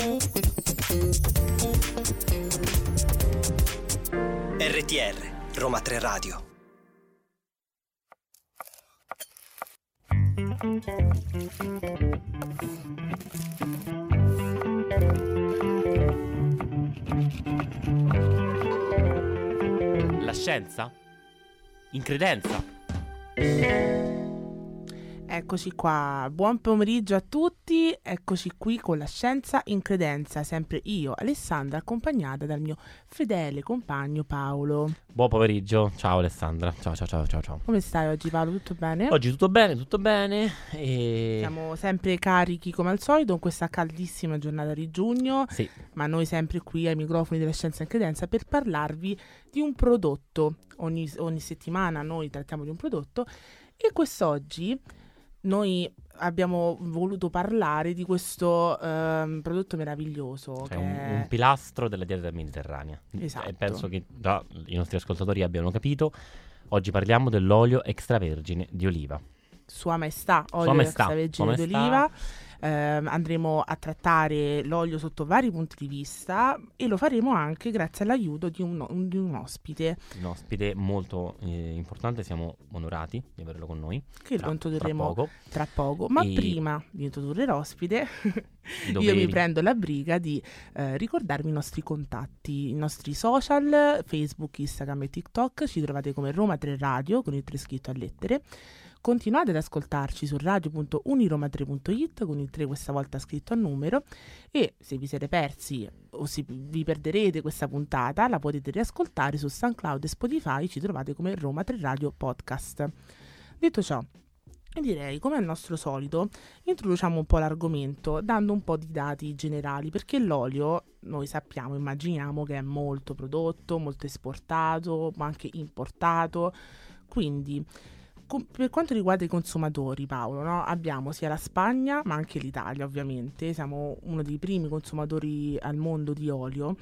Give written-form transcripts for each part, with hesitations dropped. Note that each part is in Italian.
RTR Roma 3 Radio. La scienza? In credenza? Eccoci qua, buon pomeriggio a tutti, eccoci qui con la scienza in credenza, sempre io, Alessandra, accompagnata dal mio fedele compagno Paolo. Buon pomeriggio, ciao Alessandra, ciao. Come stai oggi Paolo, tutto bene? Oggi tutto bene e... Siamo sempre carichi come al solito in questa caldissima giornata di giugno, Sì. Ma noi sempre qui ai microfoni della scienza in credenza per parlarvi di un prodotto. Ogni settimana noi trattiamo di un prodotto e quest'oggi noi abbiamo voluto parlare di questo prodotto meraviglioso. Cioè che un pilastro della dieta mediterranea. Esatto. E penso che già i nostri ascoltatori abbiano capito. Oggi parliamo dell'olio extravergine di oliva. Sua Maestà, olio extravergine d'oliva. Andremo a trattare l'olio sotto vari punti di vista e lo faremo anche grazie all'aiuto di un ospite. Un ospite molto importante, siamo onorati di averlo con noi. Che lo introdurremo tra poco. Ma prima di introdurre l'ospite io mi prendo la briga di ricordarvi i nostri contatti, i nostri social, Facebook, Instagram e TikTok. Ci trovate come Roma 3 Radio con il 3 scritto a lettere. Continuate ad ascoltarci su radio.uniroma3.it con il 3 questa volta scritto a numero, e se vi siete persi o se vi perderete questa puntata la potete riascoltare su SoundCloud e Spotify, ci trovate come Roma 3 Radio Podcast. Detto ciò, direi, come al nostro solito, introduciamo un po' l'argomento dando un po' di dati generali, perché l'olio noi sappiamo, immaginiamo che è molto prodotto, molto esportato, ma anche importato, quindi... Per quanto riguarda i consumatori, Paolo, no? Abbiamo sia la Spagna ma anche l'Italia, ovviamente. Siamo uno dei primi consumatori al mondo di olio,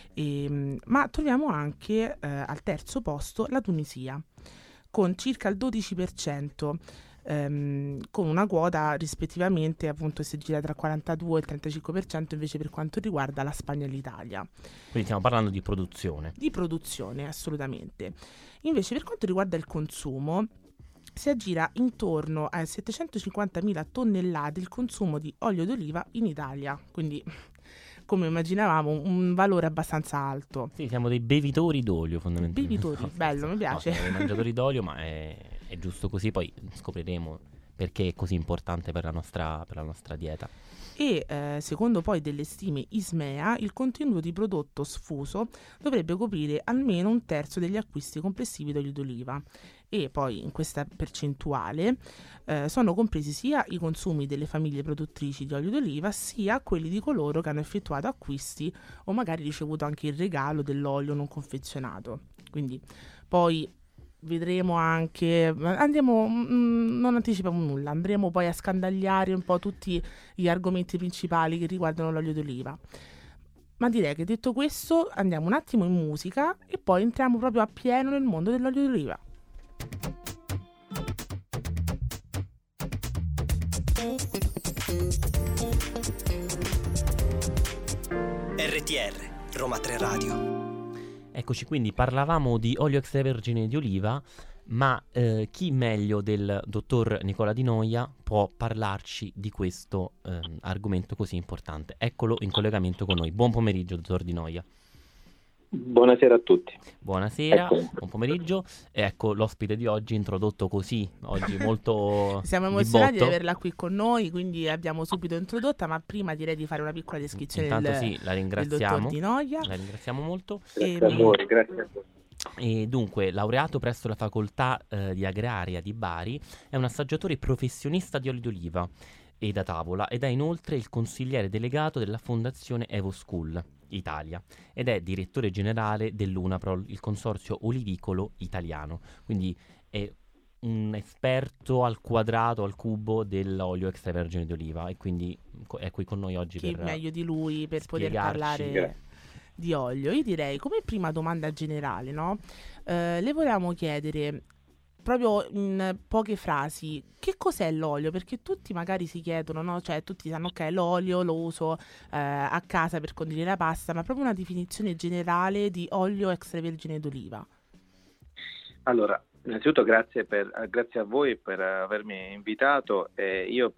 ma troviamo anche al terzo posto la Tunisia, con circa il 12%, con una quota rispettivamente, appunto, si gira tra il 42 e il 35% invece per quanto riguarda la Spagna e l'Italia. Quindi stiamo parlando di produzione. Di produzione, assolutamente. Invece per quanto riguarda il consumo, si aggira intorno a 750.000 tonnellate il consumo di olio d'oliva in Italia, quindi come immaginavamo un valore abbastanza alto. Sì, siamo dei bevitori d'olio fondamentalmente. Bevitori, bello, mi piace. No, siamo dei mangiatori d'olio, ma è giusto così, poi scopriremo perché è così importante per la nostra dieta. E secondo poi delle stime Ismea, il contenuto di prodotto sfuso dovrebbe coprire almeno un terzo degli acquisti complessivi d'olio d'oliva, e poi in questa percentuale sono compresi sia i consumi delle famiglie produttrici di olio d'oliva sia quelli di coloro che hanno effettuato acquisti o magari ricevuto anche il regalo dell'olio non confezionato. Quindi poi vedremo anche, non anticipiamo nulla, andremo poi a scandagliare un po' tutti gli argomenti principali che riguardano l'olio d'oliva. Ma direi che detto questo andiamo un attimo in musica e poi entriamo proprio a pieno nel mondo dell'olio d'oliva. RTR Roma 3 Radio. Eccoci, quindi parlavamo di olio extravergine di oliva, ma chi meglio del dottor Nicola Di Noia può parlarci di questo argomento così importante? Eccolo in collegamento con noi. Buon pomeriggio, dottor Di Noia. Buonasera a tutti. Buonasera, buon pomeriggio. Ecco l'ospite di oggi introdotto così, oggi molto Siamo emozionati di averla qui con noi, quindi l'abbiamo subito introdotta, ma prima direi di fare una piccola descrizione Intanto del dottor Di Noia. La ringraziamo molto. Grazie a voi, grazie a voi. E dunque, laureato presso la facoltà di agraria di Bari, è un assaggiatore professionista di olio d'oliva e da tavola, ed è inoltre il consigliere delegato della fondazione Evo School Italia ed è direttore generale dell'UNAPROL, il consorzio olivicolo italiano. Quindi è un esperto al quadrato, al cubo dell'olio extravergine di oliva, e quindi è qui con noi oggi Chi per meglio di lui per poter spiegarci. parlare di olio. Io direi, come prima domanda generale, no? Le volevamo chiedere proprio in poche frasi, che cos'è l'olio? Perché tutti magari si chiedono, no? Cioè tutti sanno, ok, l'olio lo uso a casa per condire la pasta, ma proprio una definizione generale di olio extravergine d'oliva. Allora, innanzitutto grazie a voi per avermi invitato. Io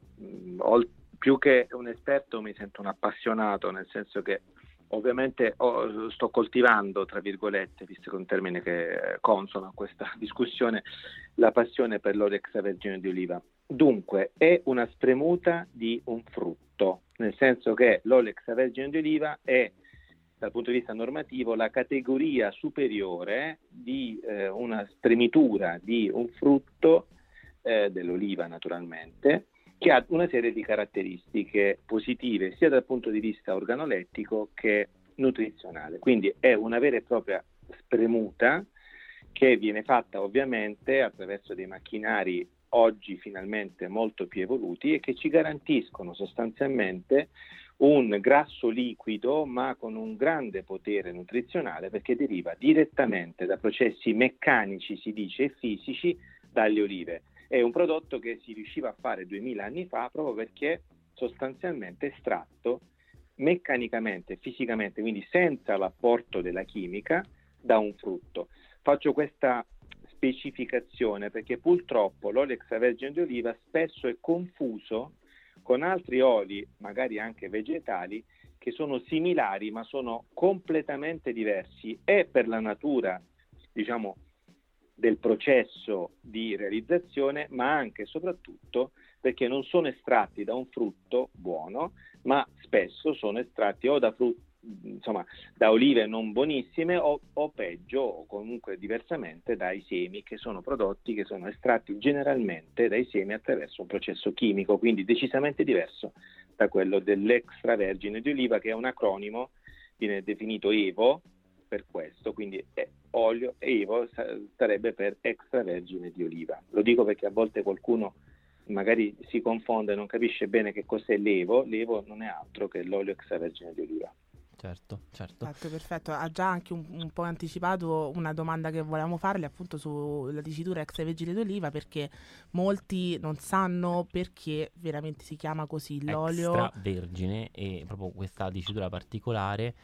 più che un esperto mi sento un appassionato, nel senso che ovviamente sto coltivando, tra virgolette, visto che è un termine che è consono a questa discussione, la passione per l'olio extravergine di oliva. Dunque, è una spremuta di un frutto, nel senso che l'olio extravergine di oliva è, dal punto di vista normativo, la categoria superiore di una spremitura di un frutto, dell'oliva naturalmente, che ha una serie di caratteristiche positive sia dal punto di vista organolettico che nutrizionale. Quindi è una vera e propria spremuta che viene fatta ovviamente attraverso dei macchinari oggi finalmente molto più evoluti e che ci garantiscono sostanzialmente un grasso liquido ma con un grande potere nutrizionale, perché deriva direttamente da processi meccanici, si dice, e fisici dalle olive. È un prodotto che si riusciva a fare 2000 anni fa proprio perché sostanzialmente estratto meccanicamente, fisicamente, quindi senza l'apporto della chimica, da un frutto. Faccio questa specificazione perché purtroppo l'olio extravergine di oliva spesso è confuso con altri oli, magari anche vegetali, che sono similari ma sono completamente diversi e per la natura, diciamo, del processo di realizzazione, ma anche e soprattutto perché non sono estratti da un frutto buono, ma spesso sono estratti o da frutti, insomma, da olive non buonissime o peggio, o comunque diversamente, dai semi, che sono prodotti che sono estratti generalmente dai semi attraverso un processo chimico, quindi decisamente diverso da quello dell'extravergine di oliva, che è un acronimo, viene definito EVO per questo, quindi olio EVO sarebbe per extravergine di oliva. Lo dico perché a volte qualcuno magari si confonde e non capisce bene che cos'è l'EVO. L'EVO non è altro che l'olio extravergine di oliva. Certo. Esatto, perfetto. Ha già anche un po' anticipato una domanda che volevamo farle appunto sulla dicitura extravergine d'oliva, perché molti non sanno perché veramente si chiama così l'olio. Extravergine, e proprio questa dicitura particolare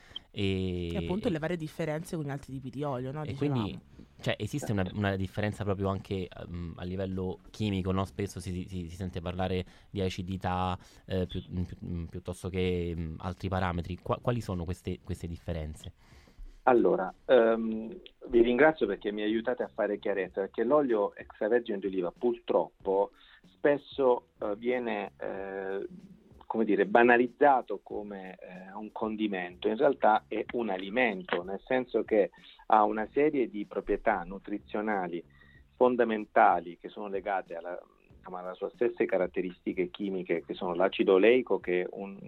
E appunto le varie differenze con gli altri tipi di olio, no? E Dicevamo. quindi esiste una differenza proprio anche a livello chimico, no? Spesso si sente parlare di acidità piuttosto che altri parametri. Quali sono queste differenze? Allora, vi ringrazio perché mi aiutate a fare chiarezza, perché l'olio extravergine di oliva purtroppo spesso viene come dire, banalizzato come un condimento. In realtà è un alimento, nel senso che ha una serie di proprietà nutrizionali fondamentali che sono legate alla sue stesse caratteristiche chimiche, che sono l'acido oleico, che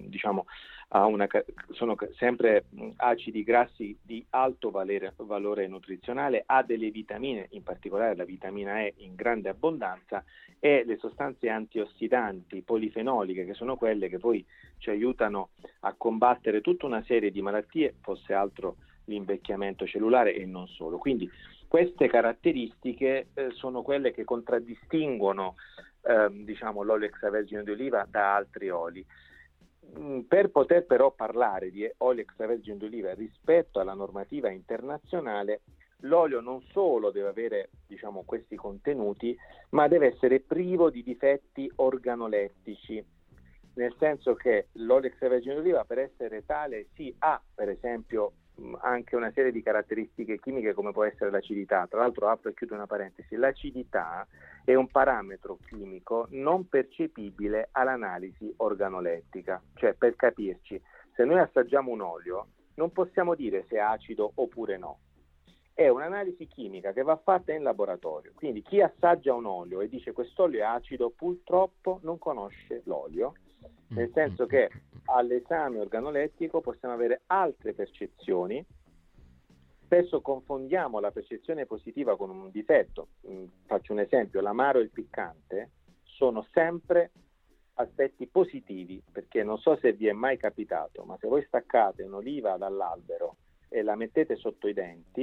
sono sempre acidi grassi di alto valore nutrizionale, ha delle vitamine, in particolare la vitamina E in grande abbondanza, e le sostanze antiossidanti polifenoliche, che sono quelle che poi ci aiutano a combattere tutta una serie di malattie, fosse altro l'invecchiamento cellulare e non solo. Quindi queste caratteristiche sono quelle che contraddistinguono l'olio extravergine di oliva da altri oli. Per poter però parlare di olio extravergine di oliva rispetto alla normativa internazionale, l'olio non solo deve avere questi contenuti, ma deve essere privo di difetti organolettici, nel senso che l'olio extravergine di oliva, per essere tale, ha per esempio anche una serie di caratteristiche chimiche, come può essere l'acidità. Tra l'altro, apro e chiudo una parentesi, l'acidità è un parametro chimico non percepibile all'analisi organolettica. Cioè, per capirci, se noi assaggiamo un olio non possiamo dire se è acido oppure no. È un'analisi chimica che va fatta in laboratorio. Quindi chi assaggia un olio e dice quest'olio è acido, purtroppo non conosce l'olio, nel senso che all'esame organolettico possiamo avere altre percezioni. Spesso confondiamo la percezione positiva con un difetto. Faccio un esempio: l'amaro e il piccante sono sempre aspetti positivi, perché non so se vi è mai capitato, ma se voi staccate un'oliva dall'albero e la mettete sotto i denti,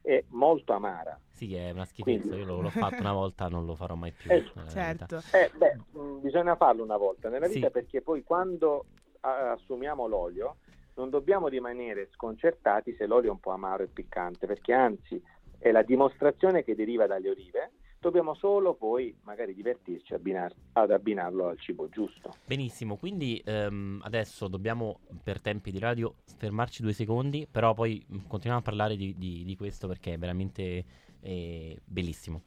è molto amara. Sì, è una schifezza. Quindi... Io l'ho fatto una volta, non lo farò mai più. Certo. Bisogna farlo una volta nella vita, perché poi quando assumiamo l'olio non dobbiamo rimanere sconcertati se l'olio è un po' amaro e piccante, perché anzi è la dimostrazione che deriva dalle olive. Dobbiamo solo poi magari divertirci ad abbinarlo al cibo giusto. Benissimo, quindi adesso dobbiamo per tempi di radio fermarci 2 secondi, però poi continuiamo a parlare di questo perché è veramente bellissimo.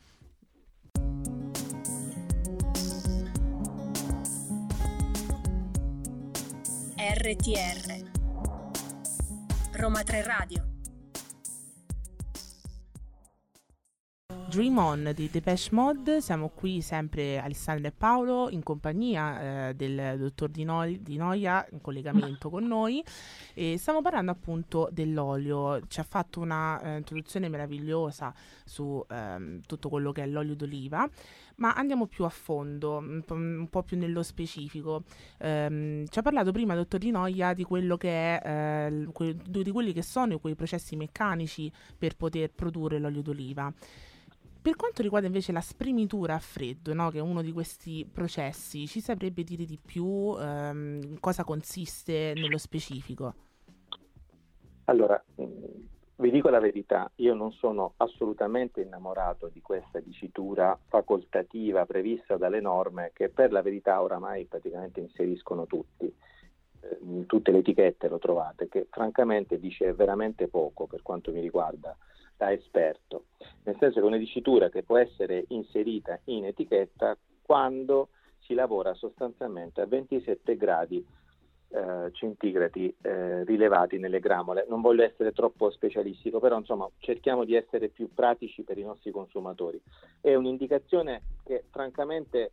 RTR Roma 3 Radio. Dream On di Depeche Mode. Siamo qui sempre Alessandra e Paolo in compagnia del dottor Di Noia in collegamento con noi, e stiamo parlando appunto dell'olio. Ci ha fatto una introduzione meravigliosa su tutto quello che è l'olio d'oliva, ma andiamo più a fondo, un po' più nello specifico. Ci ha parlato prima, dottor Di Noia, di quello che è di quelli che sono quei processi meccanici per poter produrre l'olio d'oliva. Per quanto riguarda invece la spremitura a freddo, no, che è uno di questi processi, ci saprebbe dire di più in cosa consiste nello specifico? Allora, vi dico la verità, io non sono assolutamente innamorato di questa dicitura facoltativa prevista dalle norme, che per la verità oramai praticamente inseriscono tutti. In tutte le etichette lo trovate, che francamente dice veramente poco per quanto mi riguarda da esperto, nel senso che è una dicitura che può essere inserita in etichetta quando si lavora sostanzialmente a 27 gradi centigradi rilevati nelle gramole. Non voglio essere troppo specialistico, però insomma cerchiamo di essere più pratici per i nostri consumatori. È un'indicazione che francamente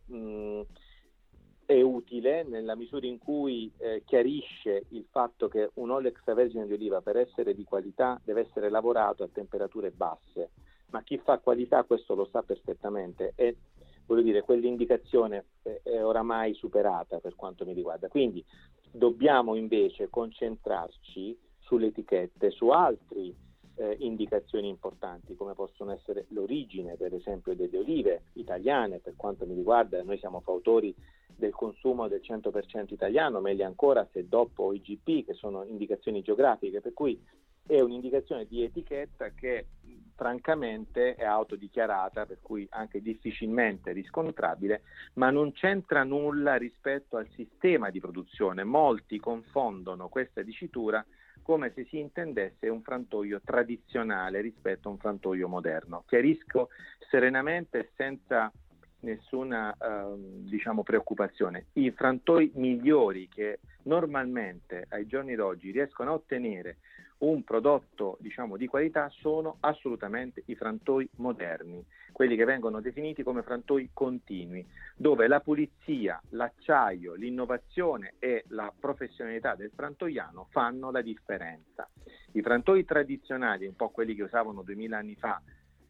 è utile nella misura in cui chiarisce il fatto che un olio extravergine di oliva, per essere di qualità, deve essere lavorato a temperature basse, ma chi fa qualità questo lo sa perfettamente, e voglio dire, quell'indicazione è oramai superata per quanto mi riguarda. Quindi dobbiamo invece concentrarci sulle etichette, su altri indicazioni importanti, come possono essere l'origine, per esempio, delle olive italiane. Per quanto mi riguarda, noi siamo fautori del consumo del 100% italiano, meglio ancora se dopo IGP, che sono indicazioni geografiche, per cui è un'indicazione di etichetta che francamente è autodichiarata, per cui anche difficilmente riscontrabile, ma non c'entra nulla rispetto al sistema di produzione. Molti confondono questa dicitura come se si intendesse un frantoio tradizionale rispetto a un frantoio moderno. Chiarisco serenamente, senza nessuna preoccupazione: i frantoi migliori che normalmente ai giorni d'oggi riescono a ottenere un prodotto di qualità sono assolutamente i frantoi moderni, quelli che vengono definiti come frantoi continui, dove la pulizia, l'acciaio, l'innovazione e la professionalità del frantoiano fanno la differenza. I frantoi tradizionali, un po' quelli che usavano 2000 anni fa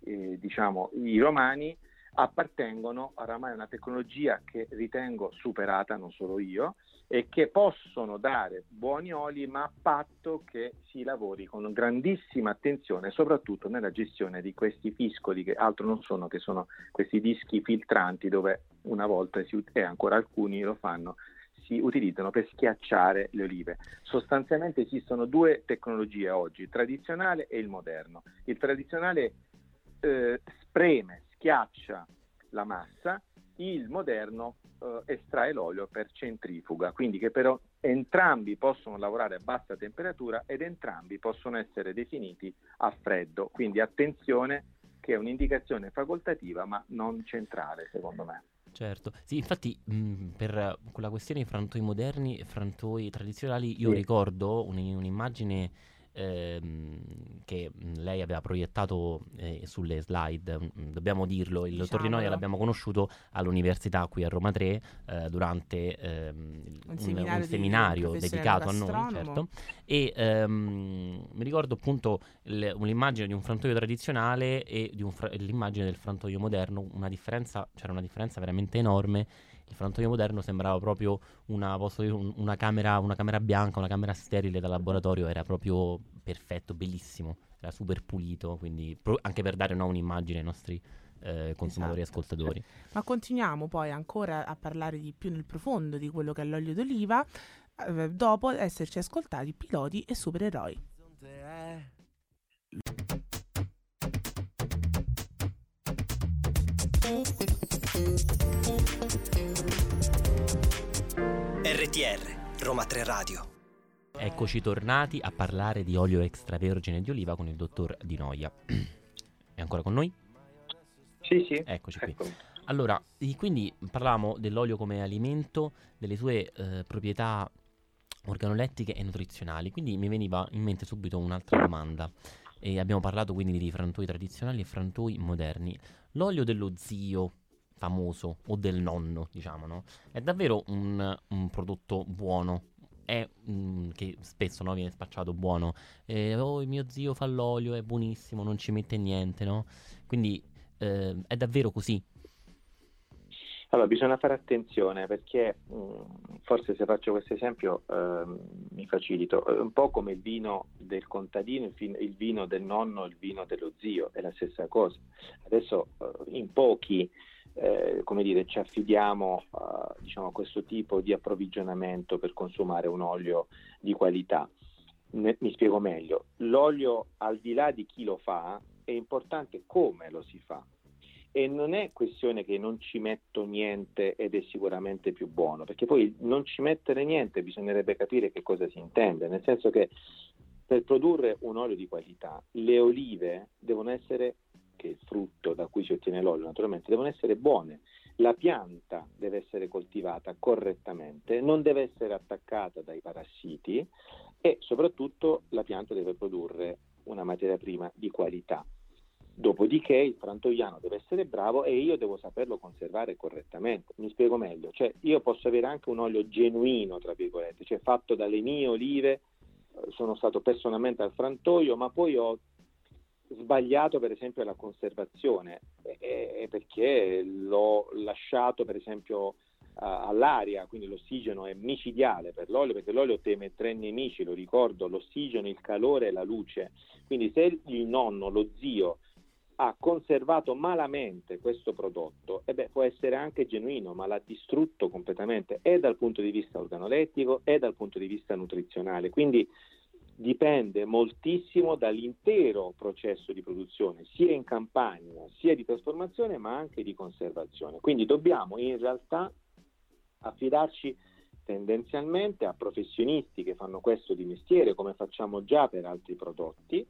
i romani, appartengono oramai a una tecnologia che ritengo superata, non solo io, e che possono dare buoni oli, ma a patto che si lavori con grandissima attenzione, soprattutto nella gestione di questi fiscoli, che altro non sono che sono questi dischi filtranti, dove una volta e ancora alcuni lo fanno, si utilizzano per schiacciare le olive. Sostanzialmente esistono 2 tecnologie oggi, il tradizionale e il moderno. Il tradizionale spreme, schiaccia la massa, il moderno estrae l'olio per centrifuga, quindi che però entrambi possono lavorare a bassa temperatura ed entrambi possono essere definiti a freddo, quindi attenzione, che è un'indicazione facoltativa ma non centrale, secondo me. Certo, sì, infatti per quella questione di frantoi moderni e frantoi tradizionali io ricordo un'immagine che lei aveva proiettato sulle slide. Dobbiamo dirlo, il dottor Di Noia l'abbiamo conosciuto all'università qui a Roma 3 durante un seminario dedicato a noi, certo. E mi ricordo appunto un'immagine di un frantoio tradizionale e l'immagine del frantoio moderno, c'era una differenza veramente enorme, Il frantoio moderno sembrava proprio una camera bianca, una camera sterile da laboratorio, era proprio perfetto, bellissimo, era super pulito, quindi anche per dare un'immagine ai nostri consumatori e ascoltatori. Ma continuiamo poi ancora a parlare di più nel profondo di quello che è l'olio d'oliva dopo esserci ascoltati piloti e supereroi. RTR Roma 3 Radio. Eccoci tornati a parlare di olio extravergine di oliva con il dottor Di Noia. È ancora con noi? Sì. Eccoci qui. Allora, quindi parlavamo dell'olio come alimento, delle sue proprietà organolettiche e nutrizionali, quindi mi veniva in mente subito un'altra domanda. E abbiamo parlato quindi di frantoi tradizionali e frantoi moderni. L'olio dello zio famoso o del nonno, diciamo, no? È davvero un prodotto buono? Che spesso, no, viene spacciato buono. Mio zio fa l'olio, è buonissimo, non ci mette niente, no? Quindi è davvero così? Allora, bisogna fare attenzione perché forse se faccio questo esempio mi facilito. È un po' come il vino del contadino, il vino del nonno, il vino dello zio, è la stessa cosa. Adesso in pochi ci affidiamo a questo tipo di approvvigionamento per consumare un olio di qualità. Mi spiego meglio. L'olio, al di là di chi lo fa, è importante come lo si fa. E non è questione che non ci metto niente ed è sicuramente più buono, perché poi non ci mettere niente bisognerebbe capire che cosa si intende, nel senso che per produrre un olio di qualità le olive devono essere, che è il frutto da cui si ottiene l'olio naturalmente, devono essere buone, la pianta deve essere coltivata correttamente, non deve essere attaccata dai parassiti e soprattutto la pianta deve produrre una materia prima di qualità. Dopodiché il frantoiano deve essere bravo e io devo saperlo conservare correttamente. Mi spiego meglio, cioè io posso avere anche un olio genuino, tra virgolette, cioè fatto dalle mie olive, sono stato personalmente al frantoio, ma poi ho sbagliato per esempio la conservazione perché l'ho lasciato per esempio all'aria, quindi l'ossigeno è micidiale per l'olio, perché l'olio teme tre nemici, lo ricordo, l'ossigeno, il calore e la luce. Quindi se il nonno, lo zio ha conservato malamente questo prodotto, può essere anche genuino, ma l'ha distrutto completamente, e dal punto di vista organolettico e dal punto di vista nutrizionale. Quindi dipende moltissimo dall'intero processo di produzione, sia in campagna, sia di trasformazione, ma anche di conservazione. Quindi dobbiamo in realtà affidarci tendenzialmente a professionisti che fanno questo di mestiere, come facciamo già per altri prodotti,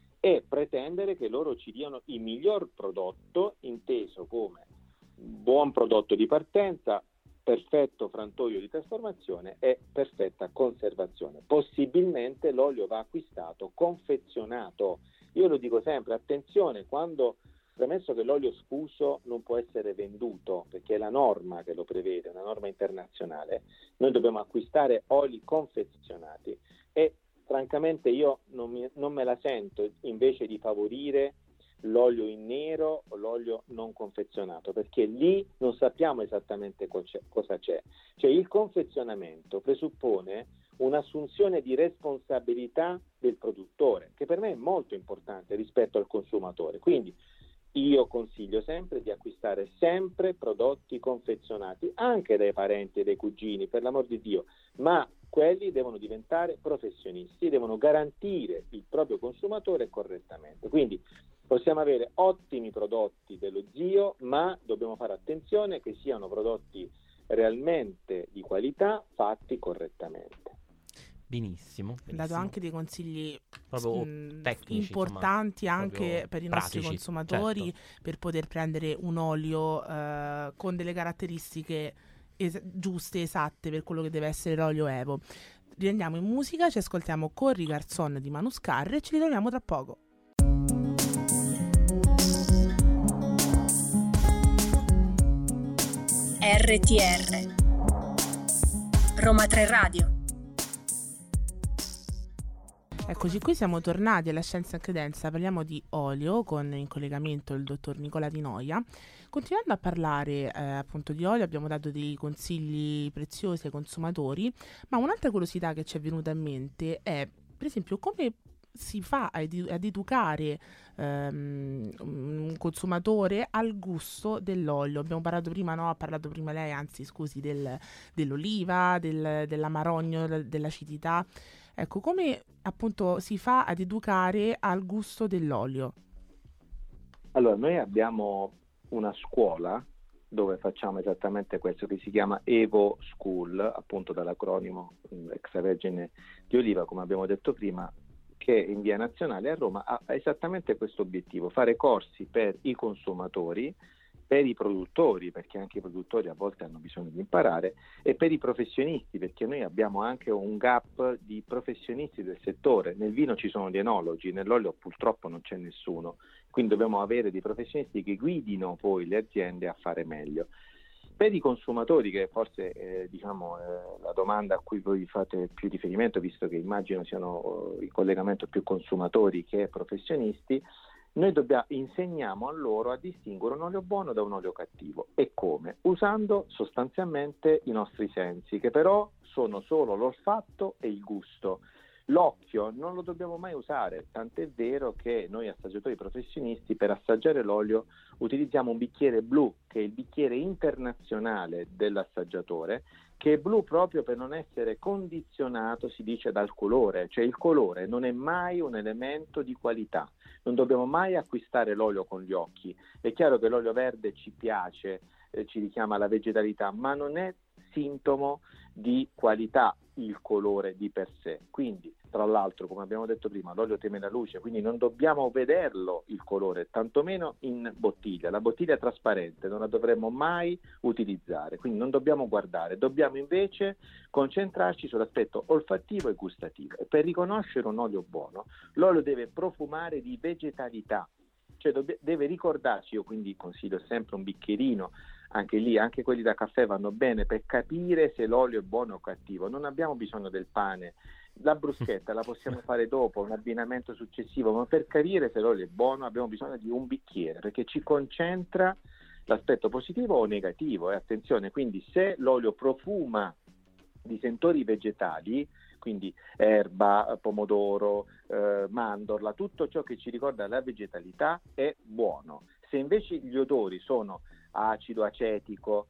e pretendere che loro ci diano il miglior prodotto, inteso come buon prodotto di partenza, perfetto frantoio di trasformazione e perfetta conservazione. Possibilmente l'olio va acquistato confezionato. Io lo dico sempre, attenzione, premesso che l'olio sfuso non può essere venduto, perché è la norma che lo prevede, una norma internazionale, noi dobbiamo acquistare oli confezionati e francamente io non me la sento invece di favorire l'olio in nero o l'olio non confezionato, perché lì non sappiamo esattamente cosa c'è. Cioè il confezionamento presuppone un'assunzione di responsabilità del produttore, che per me è molto importante rispetto al consumatore. Quindi io consiglio sempre di acquistare sempre prodotti confezionati, anche dai parenti e dai cugini, per l'amor di Dio, ma quelli devono diventare professionisti, devono garantire il proprio consumatore correttamente. Quindi possiamo avere ottimi prodotti dello zio, ma dobbiamo fare attenzione che siano prodotti realmente di qualità, fatti correttamente. Benissimo. Ha dato anche dei consigli tecnici, importanti, insomma, anche per i nostri pratici, consumatori, certo, per poter prendere un olio con delle caratteristiche giuste, esatte per quello che deve essere l'olio Evo. Riandiamo in musica, ci ascoltiamo Corri Garçon di Manu Scarra e ci ritroviamo tra poco. RTR Roma 3 Radio. Eccoci qui, siamo tornati alla Scienza in Credenza, parliamo di olio con in collegamento il dottor Nicola Di Noia. Continuando a parlare appunto di olio, abbiamo dato dei consigli preziosi ai consumatori, ma un'altra curiosità che ci è venuta in mente è, per esempio, come si fa ad educare un consumatore al gusto dell'olio. Abbiamo parlato prima, no? Ha parlato prima lei, anzi scusi, dell'oliva, dell'amarogno, dell'acidità. Ecco, come appunto si fa ad educare al gusto dell'olio? Allora, noi abbiamo una scuola dove facciamo esattamente questo, che si chiama Evo School, appunto dall'acronimo extravergine di oliva, come abbiamo detto prima, che in via Nazionale a Roma ha esattamente questo obiettivo: fare corsi per i consumatori, per i produttori, perché anche i produttori a volte hanno bisogno di imparare, e per i professionisti, perché noi abbiamo anche un gap di professionisti del settore. Nel vino ci sono gli enologi, nell'olio purtroppo non c'è nessuno, quindi dobbiamo avere dei professionisti che guidino poi le aziende a fare meglio. Per i consumatori, che forse è la domanda a cui voi fate più riferimento, visto che immagino siano in collegamento più consumatori che professionisti, noi insegniamo a loro a distinguere un olio buono da un olio cattivo. E come? Usando sostanzialmente i nostri sensi, che però sono solo l'olfatto e il gusto. L'occhio non lo dobbiamo mai usare, tant'è vero che noi assaggiatori professionisti per assaggiare l'olio utilizziamo un bicchiere blu, che è il bicchiere internazionale dell'assaggiatore, che è blu proprio per non essere condizionato, si dice, dal colore, cioè il colore non è mai un elemento di qualità, non dobbiamo mai acquistare l'olio con gli occhi. È chiaro che l'olio verde ci piace, ci richiama alla vegetalità, ma non è sintomo di qualità il colore di per sé. Quindi, tra l'altro, come abbiamo detto prima, l'olio teme la luce, quindi non dobbiamo vederlo il colore, tantomeno in bottiglia. La bottiglia è trasparente, non la dovremmo mai utilizzare, quindi non dobbiamo guardare, dobbiamo invece concentrarci sull'aspetto olfattivo e gustativo. E per riconoscere un olio buono, l'olio deve profumare di vegetalità, cioè deve ricordarci. Io quindi consiglio sempre un bicchierino, anche lì, anche quelli da caffè vanno bene per capire se l'olio è buono o cattivo. Non abbiamo bisogno del pane, la bruschetta la possiamo fare dopo, un abbinamento successivo, ma per capire se l'olio è buono abbiamo bisogno di un bicchiere, perché ci concentra l'aspetto positivo o negativo. E attenzione, quindi se l'olio profuma di sentori vegetali, quindi erba, pomodoro, mandorla, tutto ciò che ci ricorda la vegetalità è buono. Se invece gli odori sono acido, acetico,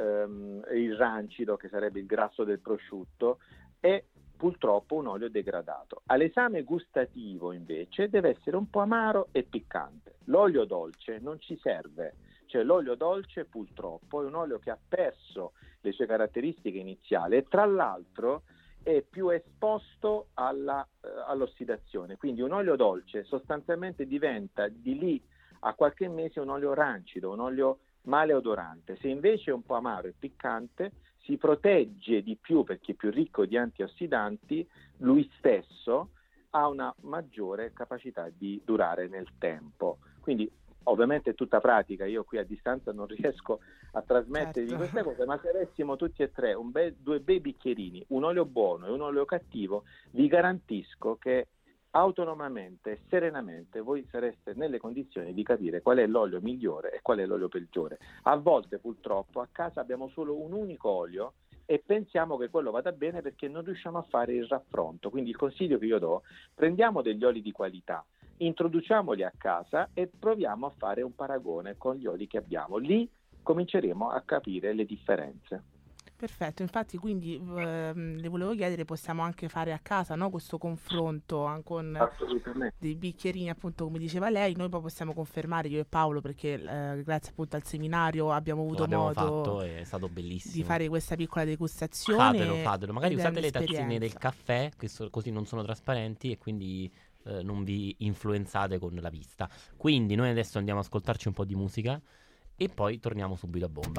il rancido, che sarebbe il grasso del prosciutto, è purtroppo un olio degradato. All'esame gustativo invece deve essere un po' amaro e piccante. L'olio dolce non ci serve, cioè l'olio dolce purtroppo è un olio che ha perso le sue caratteristiche iniziali e tra l'altro è più esposto all'ossidazione. Quindi un olio dolce sostanzialmente diventa di lì a qualche mese un olio rancido, un olio maleodorante. Se invece è un po' amaro e piccante, si protegge di più perché è più ricco di antiossidanti, lui stesso ha una maggiore capacità di durare nel tempo. Quindi ovviamente è tutta pratica, io qui a distanza non riesco a trasmettervi queste cose, ma se avessimo tutti e tre due bei bicchierini, un olio buono e un olio cattivo, vi garantisco che autonomamente e serenamente voi sareste nelle condizioni di capire qual è l'olio migliore e qual è l'olio peggiore. A volte purtroppo a casa abbiamo solo un unico olio e pensiamo che quello vada bene perché non riusciamo a fare il raffronto. Quindi il consiglio che io do: prendiamo degli oli di qualità, introduciamoli a casa e proviamo a fare un paragone con gli oli che abbiamo. Lì cominceremo a capire le differenze. Perfetto, infatti quindi le volevo chiedere, possiamo anche fare a casa, no, questo confronto con dei bicchierini, appunto come diceva lei. Noi poi possiamo confermare, io e Paolo, perché grazie appunto al seminario abbiamo avuto modo è stato bellissimo di fare questa piccola degustazione. Fatelo, magari usate le tazzine del caffè, che così non sono trasparenti e quindi non vi influenzate con la vista. Quindi noi adesso andiamo ad ascoltarci un po' di musica e poi torniamo subito a bomba.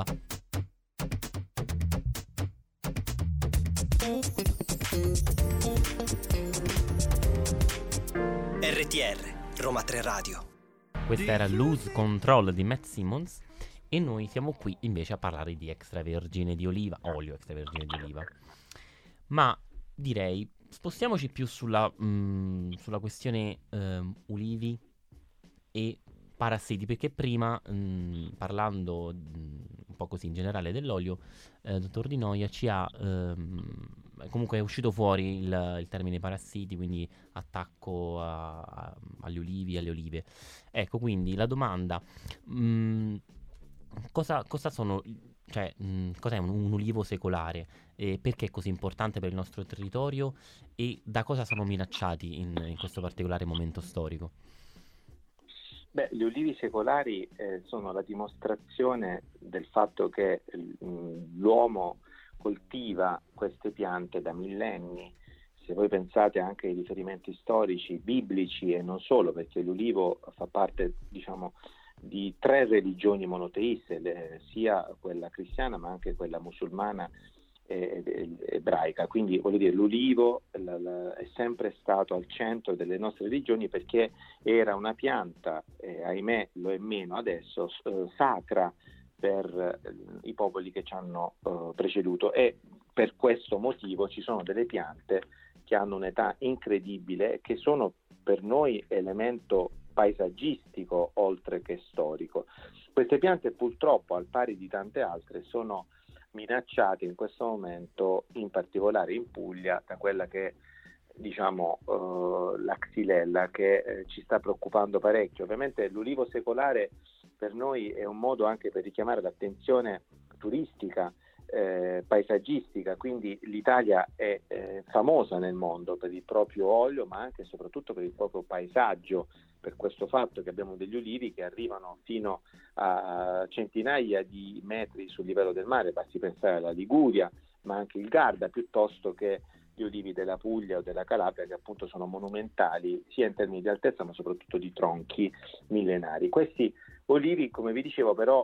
RTR Roma 3 Radio. Questa era Lose Control di Matt Simmons e noi siamo qui invece a parlare di extravergine di oliva, olio extravergine di oliva. Ma direi spostiamoci più sulla questione ulivi e parassiti, perché prima, parlando un po' così in generale dell'olio, dottor Di Noia ci ha comunque è uscito fuori il termine parassiti, quindi attacco agli ulivi, alle olive. Ecco, quindi la domanda, cosa sono, cioè, cos'è un ulivo secolare? Perché è così importante per il nostro territorio e da cosa sono minacciati in questo particolare momento storico? Beh, gli ulivi secolari sono la dimostrazione del fatto che l'uomo coltiva queste piante da millenni. Se voi pensate anche ai riferimenti storici, biblici e non solo, perché l'ulivo fa parte, diciamo, di 3 religioni monoteiste, sia quella cristiana ma anche quella musulmana e ebraica. Quindi voglio dire, l'ulivo è sempre stato al centro delle nostre religioni perché era una pianta, ahimè lo è meno adesso, sacra per i popoli che ci hanno preceduto, e per questo motivo ci sono delle piante che hanno un'età incredibile e che sono per noi elemento paesaggistico oltre che storico. Queste piante purtroppo, al pari di tante altre, sono minacciate in questo momento, in particolare in Puglia, da quella che diciamo la xylella, che ci sta preoccupando parecchio. Ovviamente l'ulivo secolare per noi è un modo anche per richiamare l'attenzione turistica, paesaggistica, quindi l'Italia è famosa nel mondo per il proprio olio, ma anche e soprattutto per il proprio paesaggio, per questo fatto che abbiamo degli ulivi che arrivano fino a centinaia di metri sul livello del mare, basti pensare alla Liguria, ma anche il Garda, piuttosto che gli ulivi della Puglia o della Calabria, che appunto sono monumentali sia in termini di altezza ma soprattutto di tronchi millenari. Questi olivi, come vi dicevo, però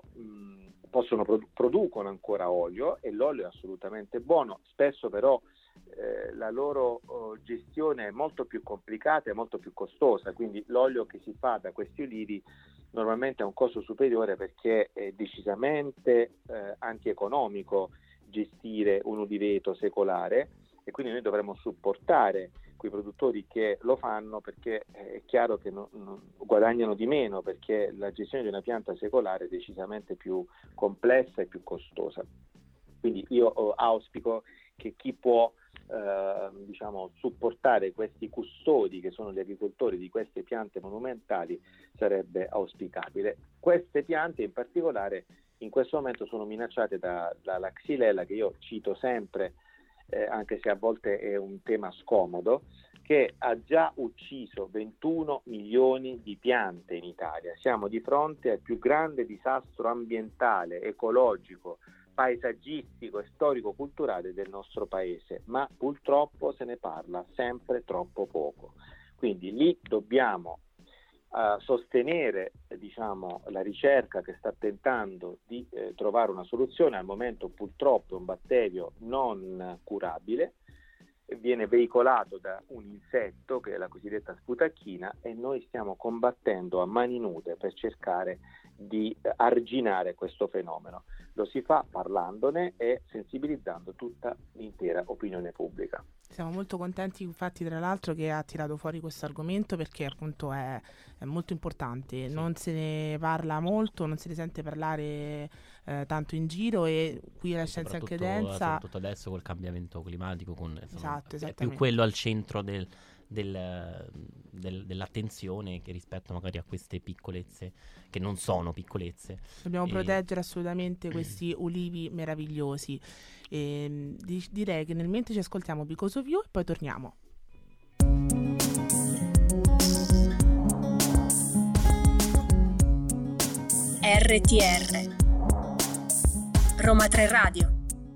producono ancora olio, e l'olio è assolutamente buono. Spesso però la loro gestione è molto più complicata e molto più costosa, quindi l'olio che si fa da questi olivi normalmente ha un costo superiore, perché è decisamente antieconomico gestire un uliveto secolare, e quindi noi dovremmo supportare quei produttori che lo fanno, perché è chiaro che guadagnano di meno, perché la gestione di una pianta secolare è decisamente più complessa e più costosa. Quindi io auspico che chi può supportare questi custodi, che sono gli agricoltori di queste piante monumentali, sarebbe auspicabile. Queste piante in particolare in questo momento sono minacciate dalla xylella, che io cito sempre, anche se a volte è un tema scomodo, che ha già ucciso 21 milioni di piante in Italia. Siamo di fronte al più grande disastro ambientale, ecologico, paesaggistico e storico-culturale del nostro paese, ma purtroppo se ne parla sempre troppo poco. Quindi lì dobbiamo sostenere la ricerca che sta tentando di trovare una soluzione. Al momento purtroppo è un batterio non curabile, viene veicolato da un insetto che è la cosiddetta sputacchina, e noi stiamo combattendo a mani nude per cercare di arginare questo fenomeno. Lo si fa parlandone e sensibilizzando tutta l'intera opinione pubblica. Siamo molto contenti, infatti, tra l'altro, che ha tirato fuori questo argomento, perché appunto è molto importante. Sì. Non se ne parla molto, non se ne sente parlare tanto in giro, e qui la Scienza in Credenza, soprattutto adesso col cambiamento climatico, esatto, è più quello al centro dell'attenzione, che rispetto magari a queste piccolezze che non sono piccolezze. Dobbiamo proteggere assolutamente questi ulivi meravigliosi. Direi che nel mentre ci ascoltiamo Because of You e poi torniamo. RTR Roma 3 Radio.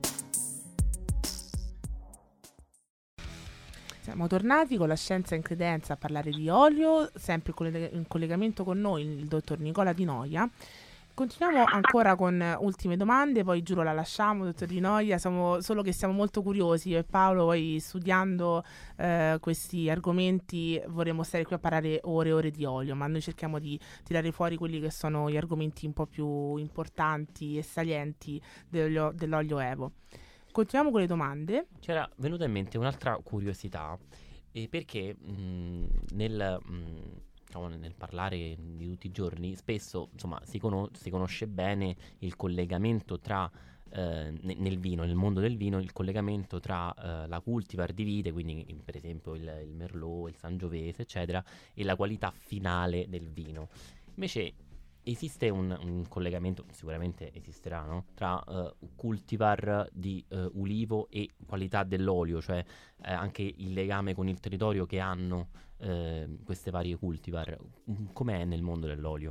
Siamo tornati con la Scienza in Credenza a parlare di olio, sempre in collegamento con noi il dottor Nicola Di Noia. Continuiamo ancora con ultime domande, poi giuro la lasciamo, dottor Di Noia, solo che siamo molto curiosi, io e Paolo, poi studiando questi argomenti vorremmo stare qui a parlare ore e ore di olio, ma noi cerchiamo di tirare fuori quelli che sono gli argomenti un po' più importanti e salienti dell'olio Evo. Continuiamo con le domande. C'era venuta in mente un'altra curiosità, perché diciamo, nel parlare di tutti i giorni, spesso insomma si conosce bene il collegamento tra nel vino, nel mondo del vino, il collegamento tra la cultivar di vite, quindi per esempio il Merlot, il Sangiovese, eccetera, e la qualità finale del vino. Invece esiste un collegamento, sicuramente esisterà, no? Tra cultivar di ulivo e qualità dell'olio, cioè anche il legame con il territorio che hanno queste varie cultivar. Com'è nel mondo dell'olio?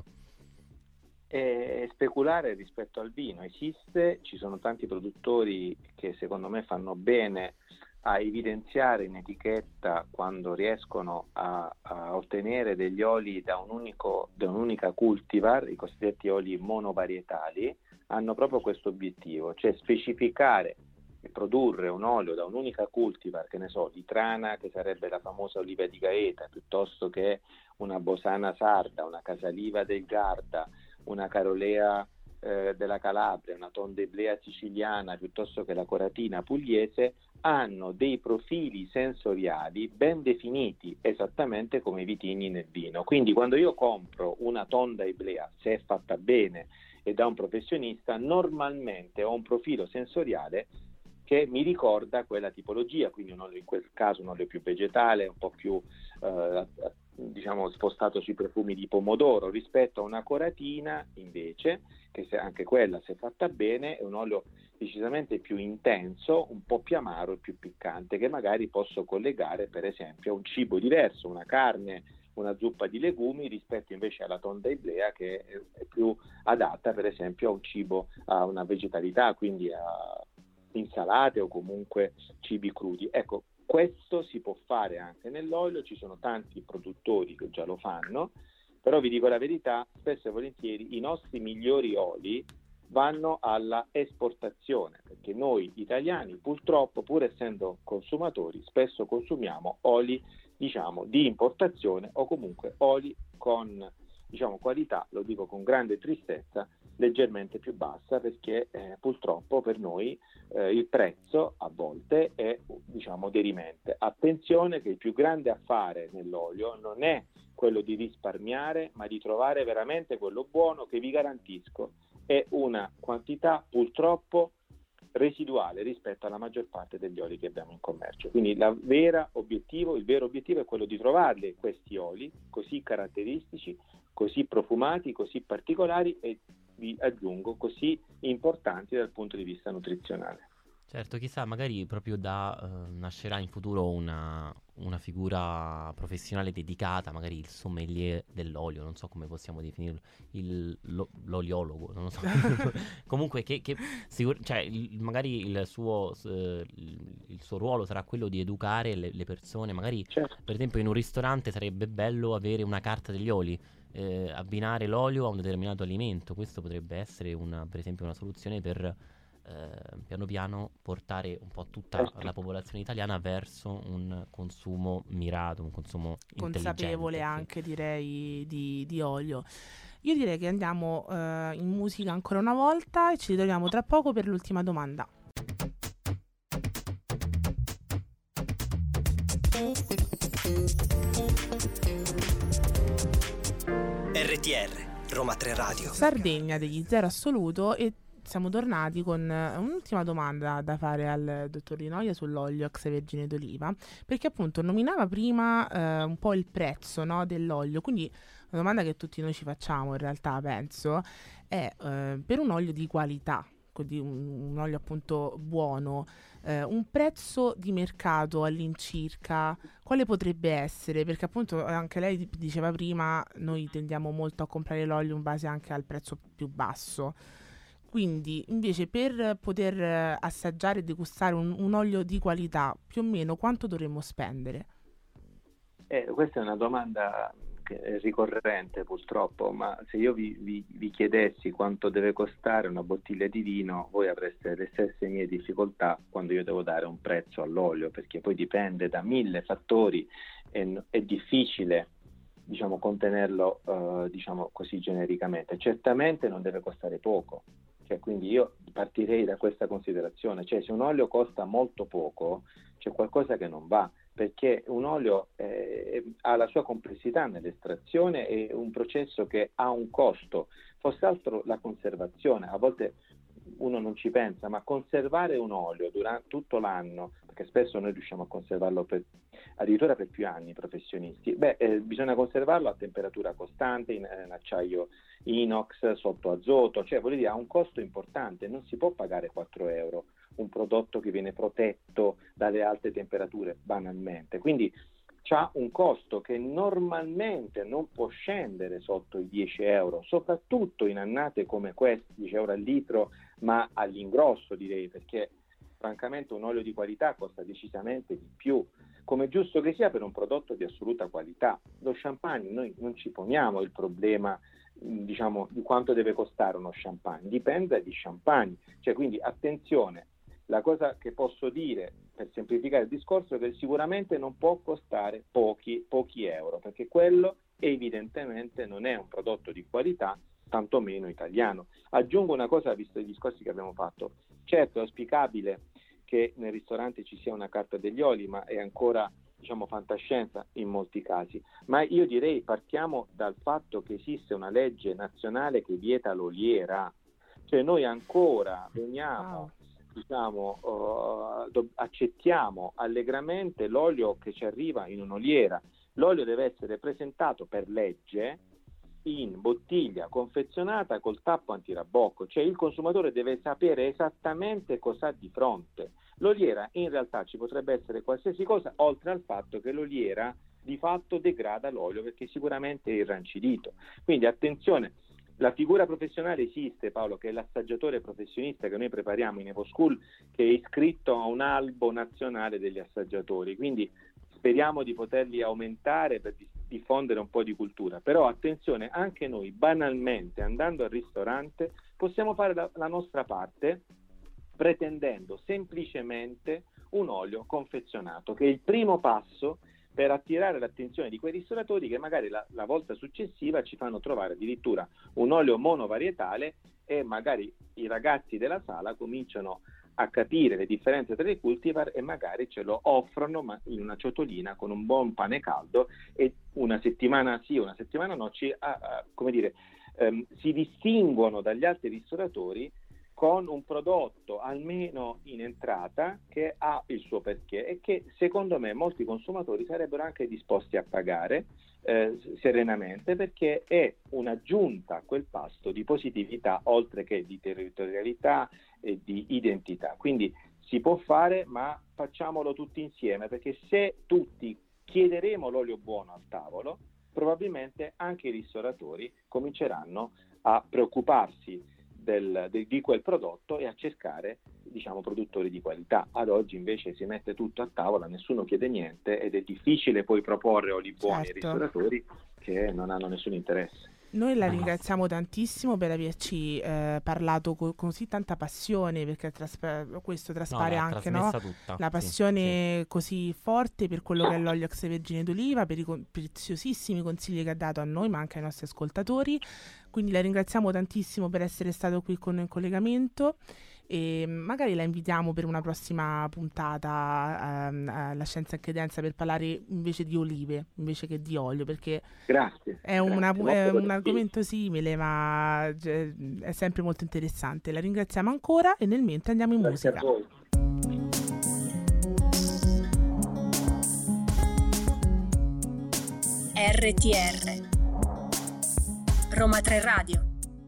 È speculare rispetto al vino. Esiste, ci sono tanti produttori che secondo me fanno bene a evidenziare in etichetta quando riescono a ottenere degli oli da un'unica cultivar, i cosiddetti oli monovarietali, hanno proprio questo obiettivo, cioè specificare e produrre un olio da un'unica cultivar, che ne so, di Trana, che sarebbe la famosa oliva di Gaeta, piuttosto che una Bosana sarda, una Casaliva del Garda, una Carolea della Calabria, una Tondeblea siciliana, piuttosto che la Coratina pugliese, hanno dei profili sensoriali ben definiti, esattamente come i vitigni nel vino. Quindi quando io compro una Tonda Iblea, se è fatta bene e da un professionista, normalmente ho un profilo sensoriale che mi ricorda quella tipologia, quindi in quel caso un olio più vegetale, un po' più diciamo spostato sui profumi di pomodoro, rispetto a una Coratina invece, che anche quella, se fatta bene, è un olio decisamente più intenso, un po' più amaro e più piccante, che magari posso collegare per esempio a un cibo diverso, una carne, una zuppa di legumi, rispetto invece alla Tonda Iblea, che è più adatta per esempio a un cibo, a una vegetalità, quindi a insalate o comunque cibi crudi. Ecco, questo si può fare anche nell'olio, ci sono tanti produttori che già lo fanno, però vi dico la verità, spesso e volentieri i nostri migliori oli vanno alla esportazione, perché noi italiani purtroppo, pur essendo consumatori, spesso consumiamo oli, diciamo, di importazione o comunque oli con, diciamo, qualità, lo dico con grande tristezza, leggermente più bassa, perché purtroppo per noi il prezzo a volte è, diciamo, derimente. Attenzione che il più grande affare nell'olio non è quello di risparmiare, ma di trovare veramente quello buono, che vi garantisco è una quantità purtroppo residuale rispetto alla maggior parte degli oli che abbiamo in commercio. Quindi il vero obiettivo è quello di trovarli, questi oli così caratteristici, così profumati, così particolari e, vi aggiungo, così importanti dal punto di vista nutrizionale. Certo, chissà, magari proprio nascerà in futuro una figura professionale dedicata, magari il sommelier dell'olio, non so come possiamo definirlo, l'oliologo, non lo so. Comunque cioè, magari il suo ruolo sarà quello di educare le persone, magari certo. Per esempio in un ristorante sarebbe bello avere una carta degli oli, abbinare l'olio a un determinato alimento, questo potrebbe essere per esempio una soluzione per piano piano portare un po' tutta la popolazione italiana verso un consumo mirato, un consumo consapevole anche, direi, di olio. Io direi che andiamo in musica ancora una volta e ci ritroviamo tra poco per l'ultima domanda. RTR, Roma 3 Radio. Sardegna degli Zero Assoluto, e siamo tornati con un'ultima domanda da fare al dottor Di Noia sull'olio extravergine d'oliva, perché appunto nominava prima un po' il prezzo, no, dell'olio, quindi una domanda che tutti noi ci facciamo in realtà, penso, è per un olio di qualità, quindi un olio appunto buono, un prezzo di mercato all'incirca quale potrebbe essere? Perché appunto anche lei diceva prima, noi tendiamo molto a comprare l'olio in base anche al prezzo più basso. Quindi invece per poter assaggiare e degustare un olio di qualità, più o meno quanto dovremmo spendere? Questa è una domanda che è ricorrente purtroppo, ma se io vi chiedessi quanto deve costare una bottiglia di vino, voi avreste le stesse mie difficoltà quando io devo dare un prezzo all'olio, perché poi dipende da 1000 fattori e è difficile, diciamo, contenerlo diciamo così genericamente. Certamente non deve costare poco. Cioè, quindi io partirei da questa considerazione, cioè se un olio costa molto poco c'è qualcosa che non va, perché un olio ha la sua complessità nell'estrazione, è un processo che ha un costo, fosse altro la conservazione. A volte uno non ci pensa, ma conservare un olio durante tutto l'anno, perché spesso noi riusciamo a conservarlo addirittura per più anni, professionisti, bisogna conservarlo a temperatura costante, in acciaio inox, sotto azoto, cioè vuol dire ha un costo importante, non si può pagare 4 euro un prodotto che viene protetto dalle alte temperature banalmente, quindi c'ha un costo che normalmente non può scendere sotto i 10 euro, soprattutto in annate come queste, 10 euro al litro, ma all'ingrosso direi, perché francamente un olio di qualità costa decisamente di più, come giusto che sia per un prodotto di assoluta qualità. Lo champagne, noi non ci poniamo il problema diciamo di quanto deve costare uno champagne, dipende dagli champagne, cioè quindi attenzione. La cosa che posso dire per semplificare il discorso è che sicuramente non può costare pochi euro, perché quello evidentemente non è un prodotto di qualità, tantomeno italiano. Aggiungo una cosa, visto i discorsi che abbiamo fatto. Certo è auspicabile che nel ristorante ci sia una carta degli oli, ma è ancora fantascienza in molti casi. Ma io direi partiamo dal fatto che esiste una legge nazionale che vieta l'oliera, cioè noi ancora veniamo... accettiamo allegramente l'olio che ci arriva in un'oliera. L'olio deve essere presentato per legge in bottiglia confezionata col tappo antirabocco, cioè il consumatore deve sapere esattamente cosa ha di fronte. L'oliera in realtà ci potrebbe essere qualsiasi cosa, oltre al fatto che l'oliera di fatto degrada l'olio perché sicuramente è irrancidito. Quindi attenzione. La figura professionale esiste, Paolo, che è l'assaggiatore professionista che noi prepariamo in EvoSchool, che è iscritto a un albo nazionale degli assaggiatori, quindi speriamo di poterli aumentare per diffondere un po' di cultura. Però attenzione, anche noi banalmente andando al ristorante possiamo fare la nostra parte pretendendo semplicemente un olio confezionato, che è il primo passo per attirare l'attenzione di quei ristoratori che magari la volta successiva ci fanno trovare addirittura un olio monovarietale e magari i ragazzi della sala cominciano a capire le differenze tra i cultivar e magari ce lo offrono in una ciotolina con un buon pane caldo e una settimana sì, una settimana no, si distinguono dagli altri ristoratori con un prodotto almeno in entrata che ha il suo perché e che secondo me molti consumatori sarebbero anche disposti a pagare serenamente, perché è un'aggiunta a quel pasto di positività oltre che di territorialità e di identità. Quindi si può fare, ma facciamolo tutti insieme, perché se tutti chiederemo l'olio buono al tavolo, probabilmente anche i ristoratori cominceranno a preoccuparsi di quel prodotto e a cercare produttori di qualità. Ad oggi invece si mette tutto a tavola, nessuno chiede niente ed è difficile poi proporre oli buoni ai ristoratori che non hanno nessun interesse. Noi la ringraziamo tantissimo per averci parlato con così tanta passione, perché questo traspare anche la passione così forte per quello che è l'olio extravergine d'oliva, per i preziosissimi consigli che ha dato a noi ma anche ai nostri ascoltatori. Quindi la ringraziamo tantissimo per essere stato qui con noi in collegamento e magari la invitiamo per una prossima puntata alla Scienza in Credenza per parlare invece di olive invece che di olio, perché è un argomento simile ma è sempre molto interessante. La ringraziamo ancora e nel mentre andiamo in musica. RTR Roma 3 Radio.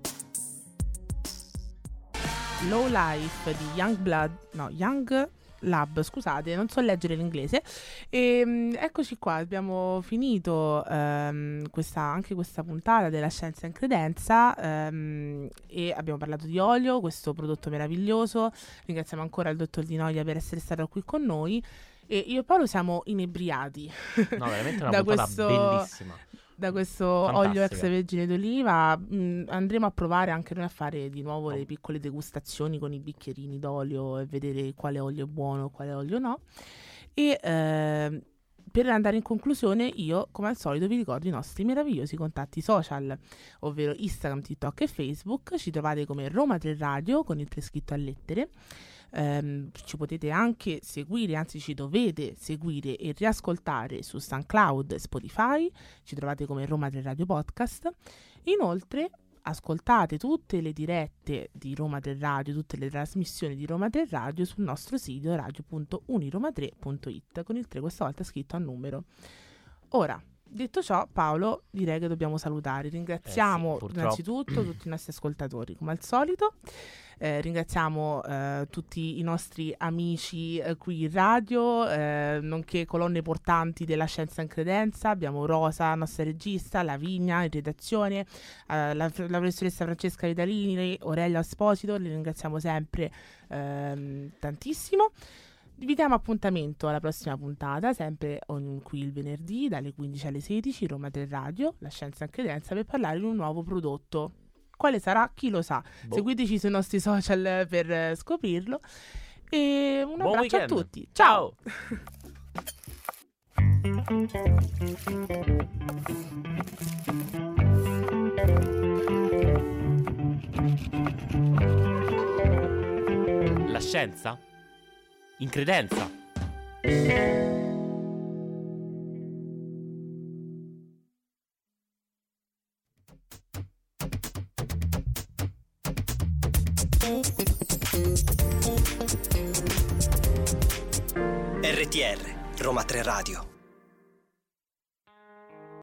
Low Life di Young Lab, scusate, non so leggere l'inglese. Eccoci qua, abbiamo finito anche questa puntata della Scienza in Credenza e abbiamo parlato di olio, questo prodotto meraviglioso. Ringraziamo ancora il dottor Di Noia per essere stato qui con noi e io e Paolo siamo inebriati veramente una puntata bellissima. Da questo olio extravergine d'oliva. Andremo a provare anche noi a fare di nuovo le piccole degustazioni con i bicchierini d'olio e vedere quale olio è buono, quale olio no. E per andare in conclusione, io come al solito vi ricordo i nostri meravigliosi contatti social, ovvero Instagram, TikTok e Facebook. Ci trovate come Roma 3 Radio con il prescritto a lettere. Ci potete anche seguire, anzi ci dovete seguire e riascoltare su SoundCloud e Spotify, ci trovate come Roma 3 Radio Podcast. Inoltre ascoltate tutte le dirette di Roma 3 Radio, tutte le trasmissioni di Roma 3 Radio sul nostro sito radio.uniroma3.it, con il 3 questa volta scritto a numero. Ora, detto ciò, Paolo, direi che dobbiamo salutare. Ringraziamo innanzitutto tutti i nostri ascoltatori, come al solito. Ringraziamo tutti i nostri amici qui in radio, nonché colonne portanti della Scienza in Credenza. Abbiamo Rosa, nostra regista, Lavinia in redazione, la professoressa Francesca Vitalini, Aurelia Esposito. Li ringraziamo sempre tantissimo. Vi diamo appuntamento alla prossima puntata, sempre qui il venerdì dalle 15 alle 16, Roma 3 Radio, la Scienza in Credenza, per parlare di un nuovo prodotto. Quale sarà? Chi lo sa. Seguiteci sui nostri social per scoprirlo. E un abbraccio a tutti. Ciao! La scienza in credenza. RTR, Roma 3 Radio.